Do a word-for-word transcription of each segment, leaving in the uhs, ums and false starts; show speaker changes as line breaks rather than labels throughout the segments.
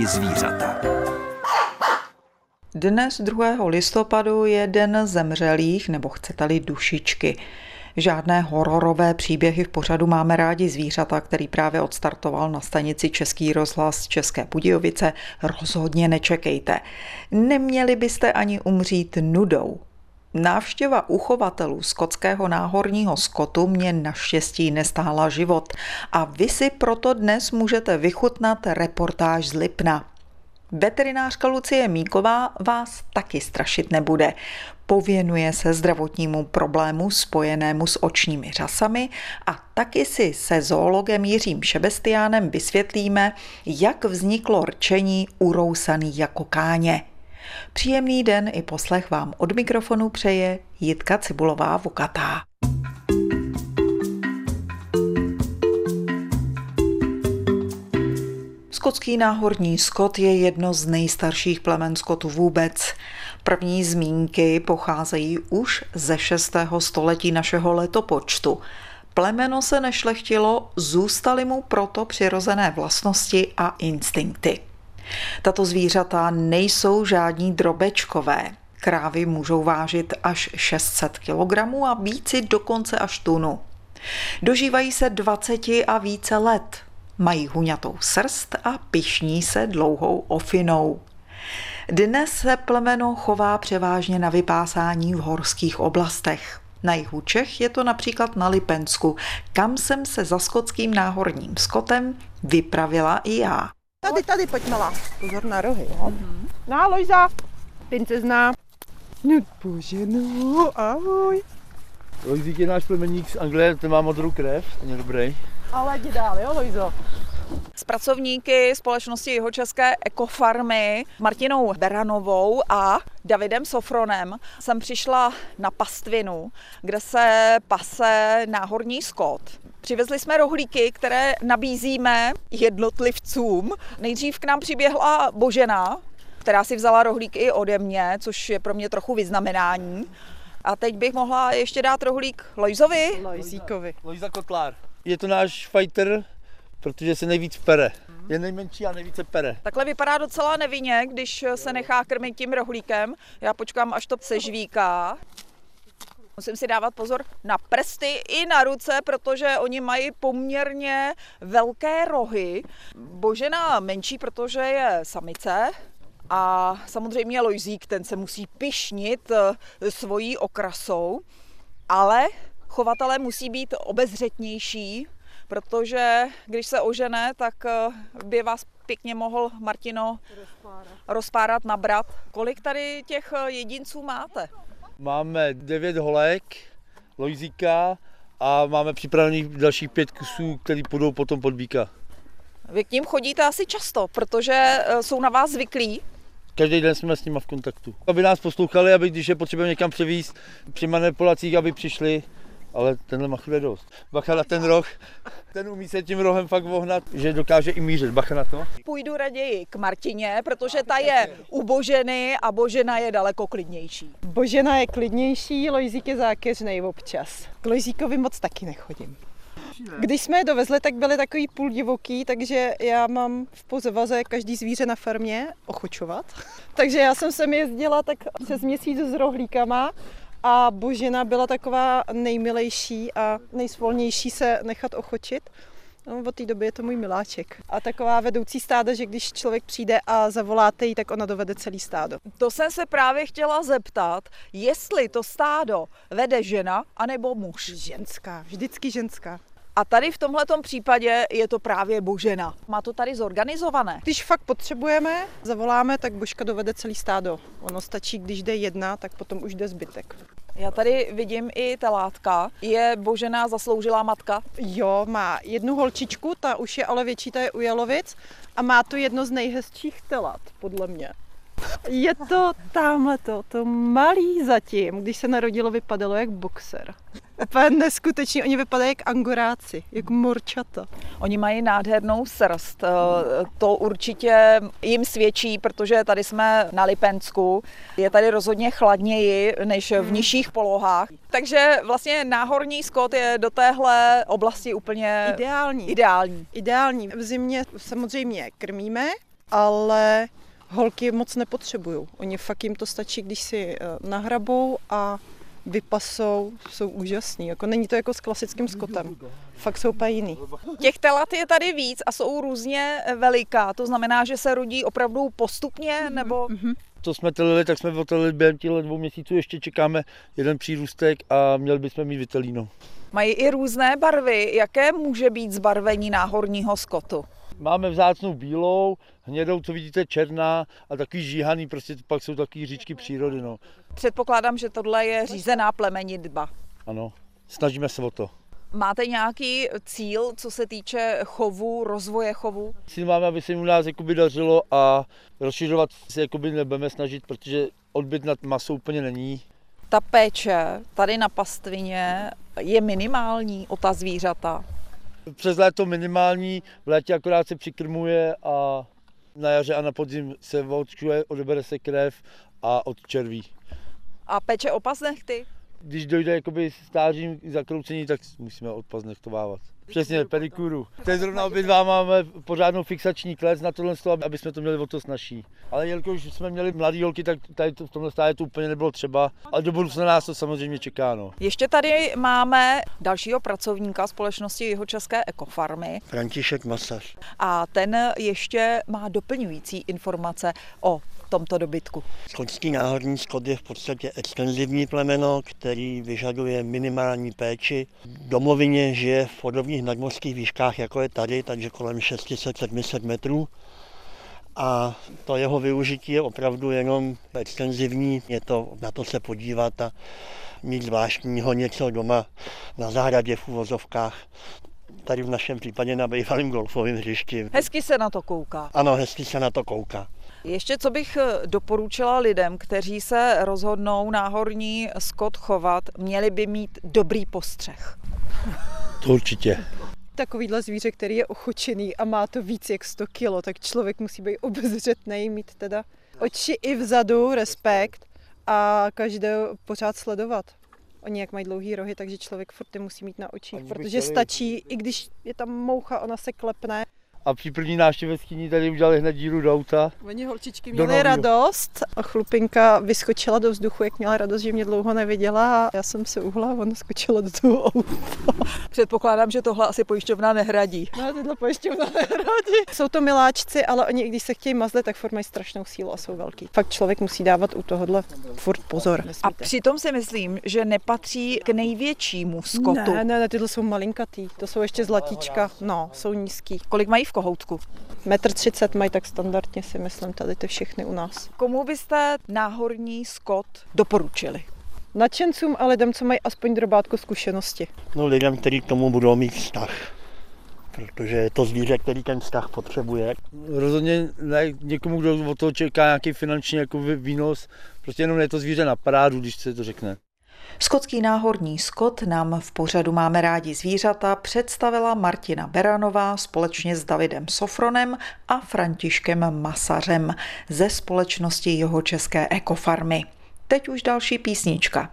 rádi zvířata.
Dnes druhého listopadu je den zemřelých, nebo chcete-li dušičky. Žádné hororové příběhy v pořadu Máme rádi zvířata, který právě odstartoval na stanici Český rozhlas České Budějovice, rozhodně nečekejte. Neměli byste ani umřít nudou. Návštěva uchovatelů skotského náhorního skotu mě naštěstí nestála život a vy si proto dnes můžete vychutnat reportáž z Lipna. Veterinářka Lucie Míková vás taky strašit nebude. Pověnuje se zdravotnímu problému spojenému s očními řasami a taky si se zoologem Jiřím Šebestiánem vysvětlíme, jak vzniklo rčení urousaný jako káně. Příjemný den i poslech vám od mikrofonu přeje Jitka Cibulová-Vukatá. Skotský náhorní skot je jedno z nejstarších plemen skotu vůbec. První zmínky pocházejí už ze šestého století našeho letopočtu. Plemeno se nešlechtilo, zůstaly mu proto přirozené vlastnosti a instinkty. Tato zvířata nejsou žádní drobečkové. Krávy můžou vážit až šest set kilogramů a víci dokonce až tunu. Dožívají se dvacet a více let. Mají huňatou srst a pyšní se dlouhou ofinou. Dnes se plemeno chová převážně na vypásání v horských oblastech. Na jihu Čech je to například na Lipensku, kam jsem se za skotským náhorním skotem vypravila i já.
Tady, tady, pojď malá. Pozor na rohy. Mm-hmm. No, Lojza, princezna. No, bože, no, ahoj.
Lojzík je náš plemenník z Anglie, ten má modrou krev, ten je dobrý.
Ale jdi dál, jo, Lojzo.
S pracovníky společnosti Jihočeské ekofarmy Martinou Beranovou a Davidem Sofronem jsem přišla na pastvinu, kde se pase náhorní skot. Přivezli jsme rohlíky, které nabízíme jednotlivcům. Nejdřív k nám přiběhla Božena, která si vzala rohlík i ode mě, což je pro mě trochu vyznamenání. A teď bych mohla ještě dát rohlík Lojzovi.
Lojzíkovi.
Lojza Kotlár. Je to náš fighter, protože se nejvíc pere. Je nejmenší a nejvíce pere.
Takhle vypadá docela nevinně, když se nechá krmit tím rohlíkem. Já počkám, až to sežvíká. Musím si dávat pozor na prsty i na ruce, protože oni mají poměrně velké rohy. Božena menší, protože je samice. A samozřejmě Lojzík, ten se musí pyšnit svojí okrasou. Ale chovatelé musí být obezřetnější, protože když se ožene, tak by vás pěkně mohl Martino rozpárat, rozpárat nabrat. Kolik tady těch jedinců máte?
Máme devět holek, Lojzíka a máme připravených dalších pět kusů, který půjdou potom pod býka.
Vy k ním chodíte asi často, protože jsou na vás zvyklí?
Každý den jsme s nimi v kontaktu. Aby nás poslouchali, aby když je potřebujeme někam převízt, při manipulacích, aby přišli, ale tenhle machu je dost. Bacha na ten roh, ten umí se tím rohem fakt vohnat, že dokáže i mířit. Bacha na to.
Půjdu raději k Martině, protože ta je u Boženy a Božena je daleko klidnější.
Božena je klidnější, Lojzík je zákeřnej občas. K Lojzíkovi moc taky nechodím. Když jsme je dovezli, tak byli takový půl divoký, takže já mám v pozevaze každý zvíře na farmě ochočovat. Takže já jsem sem jezdila tak přes měsíc s rohlíkama a Božena byla taková nejmilejší a nejsvolnější se nechat ochočit. No, od té doby je to můj miláček. A taková vedoucí stáda, že když člověk přijde a zavoláte jí, tak ona dovede celý stádo.
To jsem se právě chtěla zeptat, jestli to stádo vede žena anebo muž.
Ženská, vždycky ženská.
A tady v tomhletom případě je to právě Božena. Má to tady zorganizované?
Když fakt potřebujeme, zavoláme, tak Božka dovede celý stádo. Ono stačí, když jde jedna, tak potom už jde zbytek.
Já tady vidím i telátka. Je Božena zasloužilá matka?
Jo, má jednu holčičku, ta už je ale větší, ta je u Jalovic a má to jedno z nejhezčích telát, podle mě. Je to tamhleto, to malý zatím, když se narodilo, vypadalo jak boxer. Úplně neskutečný, oni vypadají jak angoráci, jak morčata.
Oni mají nádhernou srst, to určitě jim svědčí, protože tady jsme na Lipensku, je tady rozhodně chladněji než v nižších polohách. Takže vlastně náhorní skot je do téhle oblasti úplně
ideální.
Ideální.
Ideální. V zimě samozřejmě krmíme, ale holky moc nepotřebují. Oni fakt jim to stačí, když si nahrabou a vypasou, jsou úžasný. Jako není to jako s klasickým skotem. Fakt jsou úplně jiný.
Těch telat je tady víc a jsou různě veliká. To znamená, že se rodí opravdu postupně, nebo...
Mm-hmm.
To jsme telili, tak jsme otelili během těchto dvou měsíců. Ještě čekáme jeden přírůstek a měli bychom mít vytelíno.
Mají i různé barvy. Jaké může být zbarvení náhorního skotu?
Máme vzácnou bílou, hnědou, co vidíte, černá a takový žíhaný, prostě pak jsou takový říčky přírody. No.
Předpokládám, že tohle je řízená plemenitba.
Ano, snažíme se o to.
Máte nějaký cíl, co se týče chovu, rozvoje chovu?
Cíl máme, aby se u nás jakoby dařilo a rozšiřovat se jakoby nebudeme snažit, protože odbyt nad masou úplně není.
Ta péče tady na pastvině je minimální o ta zvířata.
Přes léto minimální, v létě akorát se přikrmuje a na jaře a na podzim se očkuje, odebere se krev a odčerví.
A péče o paznechty?
Když dojde jakoby stářím k zakroucení, tak musíme odpaznechtovávat. Přesně, pedikuru. Teď zrovna obě dva máme pořádnou fixační klec na tohle, aby jsme to měli o to snažší. Ale jelikož jsme měli mladý holky, tak tady v tomhle stádě to úplně nebylo třeba. Ale do budoucna nás to samozřejmě čeká. No.
Ještě tady máme dalšího pracovníka společnosti Jihočeské ekofarmy.
František Masař.
A ten ještě má doplňující informace o tomto dobytku.
Skotský náhorní skot je v podstatě extenzivní plemeno, který vyžaduje minimální péči. V domovině žije v podobných nadmořských výškách, jako je tady, takže kolem šest set až sedm set metrů. A to jeho využití je opravdu jenom extenzivní, je to na to se podívat a mít zvláštního něco doma na zahradě v uvozovkách. Tady v našem případě na bývalém golfovém hřišti.
Hezky se na to kouká.
Ano, hezky se na to kouká.
Ještě co bych doporučila lidem, kteří se rozhodnou náhorní skot chovat, měli by mít dobrý postřeh.
To určitě.
Takovýhle zvíře, který je ochočený a má to víc jak sto kilo, tak člověk musí být obezřetný, mít teda oči i vzadu, respekt a každého pořád sledovat. Oni jak mají dlouhý rohy, takže člověk furt je musí mít na očích, protože stačí, i když je tam moucha, ona se klepne.
A při první návštěvě skyní tady udělali hned díru do auta.
Oni holčičky měly radost a chlupinka vyskočila do vzduchu, jak měla radost, že mě dlouho neviděla a já jsem se uhla a ona skočila do toho auta.
Předpokládám, že tohle asi pojišťovna nehradí.
No, tyhle pojišťovna nehradí. Jsou to miláčci, ale oni, když se chtějí mazlit, tak furt mají strašnou sílu a jsou velký. Fakt člověk musí dávat u tohohle furt pozor.
A přitom si myslím, že nepatří k největšímu skotu.
Ne, ne, ne, tyhle jsou malinkatý, to jsou ještě zlatíčka, no, jsou nízký.
Kolik mají v kohoutku?
metr třicet mají tak standardně, si myslím, tady ty všechny u nás.
Komu byste náhorní skot doporučili?
Nadšencům a lidem, co mají aspoň drobátko zkušenosti.
No lidem, kteří k tomu budou mít vztah, protože je to zvíře, který ten vztah potřebuje.
Rozhodně ne, někomu, kdo od toho čeká nějaký finanční jako výnos, prostě jenom je to zvíře na parádu, když se to řekne.
Skotský náhorní skot nám v pořadu Máme rádi zvířata představila Martina Beranová společně s Davidem Sofronem a Františkem Masařem ze společnosti Jihočeské ekofarmy. Teď už další písnička.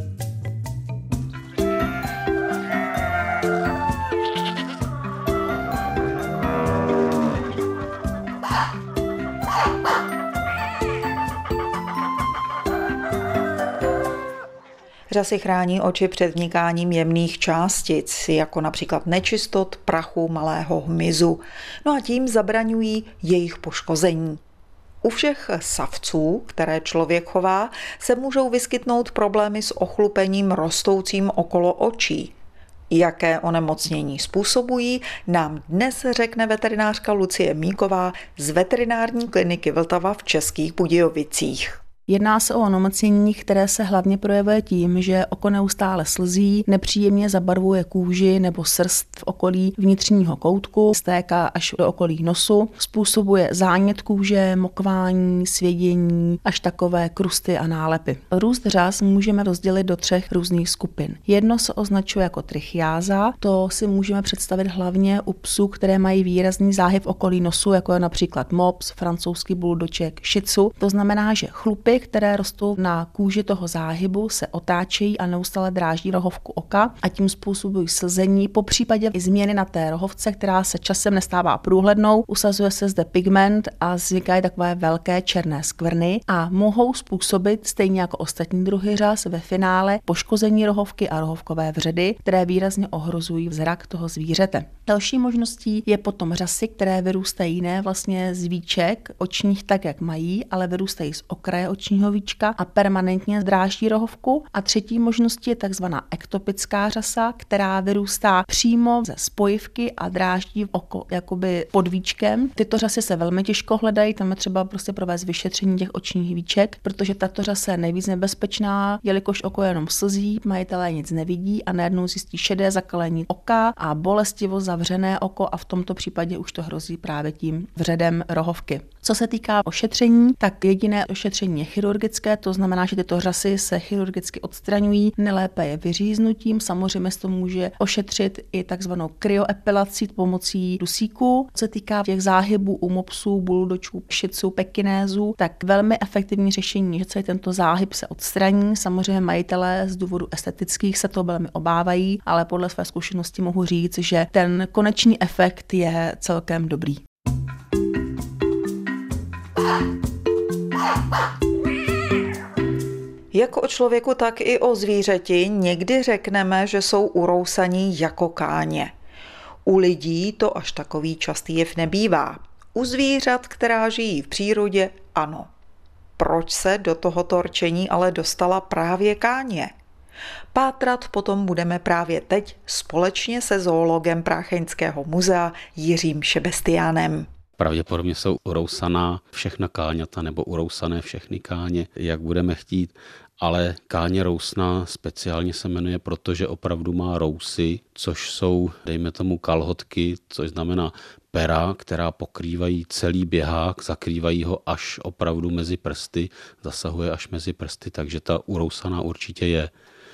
Řasy chrání oči před vnikáním jemných částic, jako například nečistot, prachu, malého hmyzu. No a tím zabraňují jejich poškození. U všech savců, které člověk chová, se můžou vyskytnout problémy s ochlupením rostoucím okolo očí. Jaké onemocnění způsobují, nám dnes řekne veterinářka Lucie Míková z veterinární kliniky Vltava v Českých Budějovicích.
Jedná se o onemocnění, které se hlavně projevuje tím, že oko neustále slzí, nepříjemně zabarvuje kůži nebo srst v okolí vnitřního koutku, stéká až do okolí nosu, způsobuje zánět kůže, mokvání, svědění, až takové krusty a nálepy. Růst řas můžeme rozdělit do třech různých skupin. Jedno se označuje jako trichiáza, to si můžeme představit hlavně u psů, které mají výrazný záhy v okolí nosu, jako je například mops, francouzský buldoček, shih tzu. To znamená, že chlupy, které rostou na kůži toho záhybu, se otáčejí a neustále dráždí rohovku oka a tím způsobují slzení, popřípadě i změny na té rohovce, která se časem nestává průhlednou, usazuje se zde pigment a vznikají takové velké černé skvrny a mohou způsobit, stejně jako ostatní druhy řas, ve finále poškození rohovky a rohovkové vředy, které výrazně ohrozují zrak toho zvířete. Další možností je potom řasy, které vyrůstají ne vlastně z víček očních tak, jak mají, ale vyrůstají z okraje očního víčka a permanentně dráždí rohovku. A třetí možností je takzvaná ektopická řasa, která vyrůstá přímo ze spojivky a dráždí oko jakoby pod víčkem. Tyto řasy se velmi těžko hledají, tam je třeba prostě provést vyšetření těch očních víček, protože tato řasa je nejvíc nebezpečná, jelikož oko jenom slzí, majitelé nic nevidí a najednou zjistí šedé zakalení oka a bolestivo zavřené oko a v tomto případě už to hrozí právě tím vředem rohovky. Co se týká ošetření, tak jediné ošetření je chirurgické, to znamená, že tyto řasy se chirurgicky odstraňují, nejlépe je vyříznutím, samozřejmě se to může ošetřit i takzvanou kryoepilací pomocí dusíku. Co se týká těch záhybů u mopsů, buldočů, šicu, pekinézů, tak velmi efektivní řešení, že celý tento záhyb se odstraní. Samozřejmě majitelé z důvodu estetických se to velmi obávají, ale podle své zkušenosti mohu říct, že ten konečný efekt je celkem dobrý.
Jak o člověku, tak i o zvířeti někdy řekneme, že jsou urousaní jako káně. U lidí to až takový častý jev nebývá. U zvířat, která žijí v přírodě, ano. Proč se do tohoto rčení ale dostala právě káně? Pátrat potom budeme právě teď společně se zoologem Prácheňského muzea Jiřím Šebestiánem.
Pravděpodobně jsou urousaná všechna káňata nebo urousané všechny káně, jak budeme chtít, ale káně rousná speciálně se jmenuje, protože opravdu má rousy, což jsou, dejme tomu, kalhotky, což znamená pera, která pokrývají celý běhák, zakrývají ho až opravdu mezi prsty, zasahuje až mezi prsty, takže ta urousaná určitě je.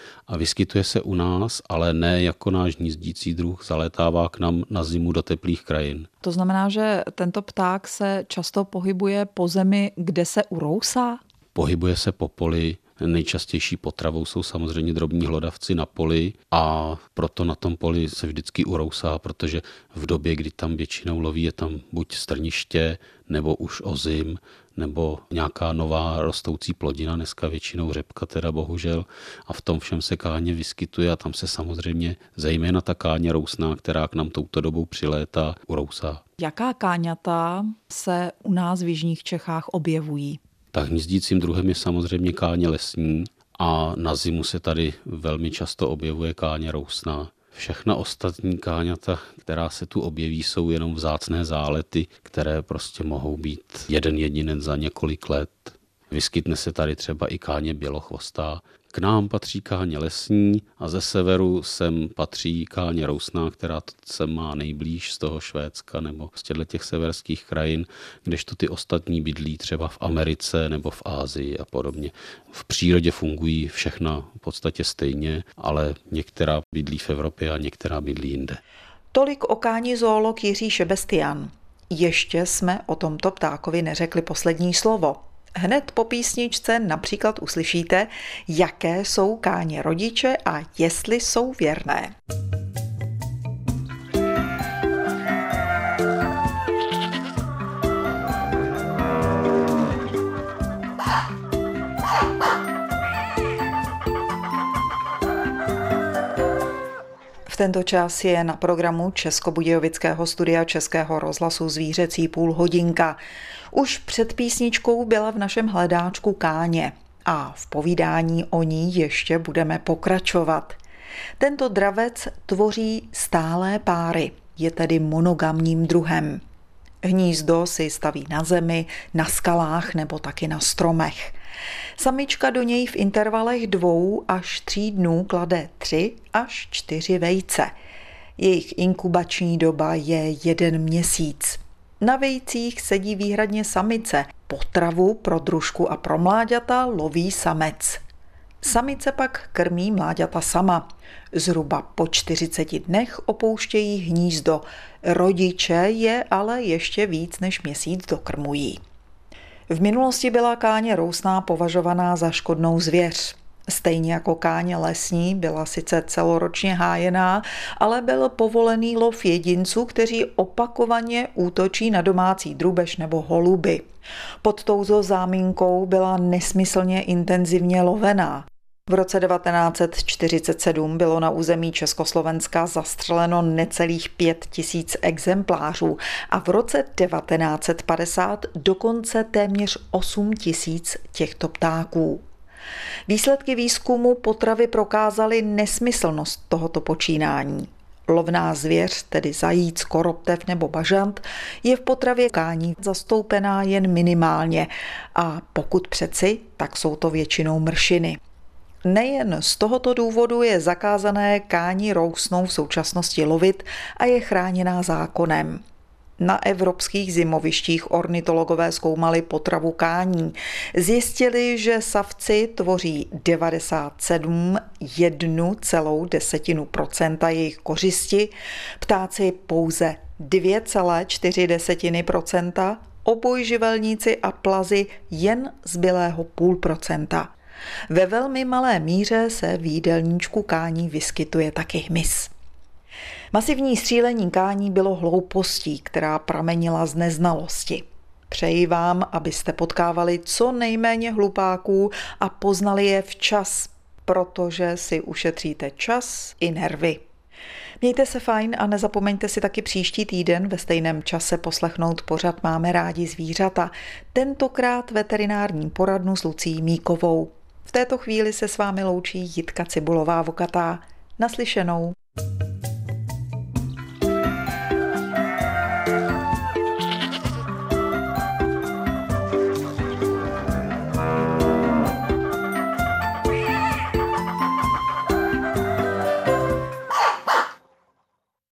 A vyskytuje se u nás, ale ne jako náš hnízdící druh, zalétává k nám na zimu do teplých krajin.
To znamená, že tento pták se často pohybuje po zemi, kde se urousá?
Pohybuje se po poli, nejčastější potravou jsou samozřejmě drobní hlodavci na poli a proto na tom poli se vždycky urousá, protože v době, kdy tam většinou loví, je tam buď strniště, nebo už ozim, nebo nějaká nová rostoucí plodina, dneska většinou řepka teda bohužel, a v tom všem se káně vyskytuje a tam se samozřejmě zejména ta káně rousná, která k nám touto dobou přilétá, urousá.
Jaká káňata se u nás v jižních Čechách objevují?
Tak hnízdícím druhem je samozřejmě káně lesní a na zimu se tady velmi často objevuje káně rousná. Všechna ostatní káňata, která se tu objeví, jsou jenom vzácné zálety, které prostě mohou být jeden jedinec za několik let. Vyskytne se tady třeba i káně bělochvostá. K nám patří káně lesní a ze severu sem patří káně rousná, která se má nejblíž z toho Švédska nebo z těch severských krajin, kdežto ty ostatní bydlí třeba v Americe nebo v Asii a podobně. V přírodě fungují všechna v podstatě stejně, ale některá bydlí v Evropě a některá bydlí jinde.
Tolik o káni zoolog Jiří Šebestián. Ještě jsme o tomto ptákovi neřekli poslední slovo. Hned po písničce například uslyšíte, jaké jsou káně rodiče a jestli jsou věrné. V tento čas je na programu Českobudějovického studia Českého rozhlasu zvířecí půlhodinka. Už před písničkou byla v našem hledáčku káně a v povídání o ní ještě budeme pokračovat. Tento dravec tvoří stálé páry, je tedy monogamním druhem. Hnízdo si staví na zemi, na skalách nebo taky na stromech. Samička do něj v intervalech dvou až tří dnů klade tři až čtyři vejce. Jejich inkubační doba je jeden měsíc. Na vejcích sedí výhradně samice, potravu pro družku a pro mláďata loví samec. Samice pak krmí mláďata sama. Zhruba po čtyřiceti dnech opouštějí hnízdo. Rodiče je ale ještě víc než měsíc dokrmují. V minulosti byla káně rousná považovaná za škodnou zvěř. Stejně jako káně lesní byla sice celoročně hájená, ale byl povolený lov jedinců, kteří opakovaně útočí na domácí drůbež nebo holuby. Pod touto záminkou byla nesmyslně intenzivně lovená. V roce devatenáct set čtyřicet sedm bylo na území Československa zastřeleno necelých pět tisíc exemplářů a v roce devatenáct set padesát dokonce téměř osm tisíc těchto ptáků. Výsledky výzkumu potravy prokázaly nesmyslnost tohoto počínání. Lovná zvěř, tedy zajíc, koroptev nebo bažant, je v potravě kání zastoupená jen minimálně a pokud přeci, tak jsou to většinou mršiny. Nejen z tohoto důvodu je zakázané káni rousnou v současnosti lovit a je chráněná zákonem. Na evropských zimovištích ornitologové zkoumali potravu kání. Zjistili, že savci tvoří devadesát sedm celá jedna procenta jejich kořisti, ptáci pouze dvě celá čtyři procenta, obojživelníci a plazy jen zbylého půl procenta. Ve velmi malé míře se v jídelníčku kání vyskytuje taky hmyz. Masivní střílení kání bylo hloupostí, která pramenila z neznalosti. Přeji vám, abyste potkávali co nejméně hlupáků a poznali je včas, protože si ušetříte čas i nervy. Mějte se fajn a nezapomeňte si taky příští týden ve stejném čase poslechnout pořad Máme rádi zvířata, tentokrát veterinární poradnu s Lucií Míkovou. V této chvíli se s vámi loučí Jitka Cibulová-Vokatá. Naslyšenou.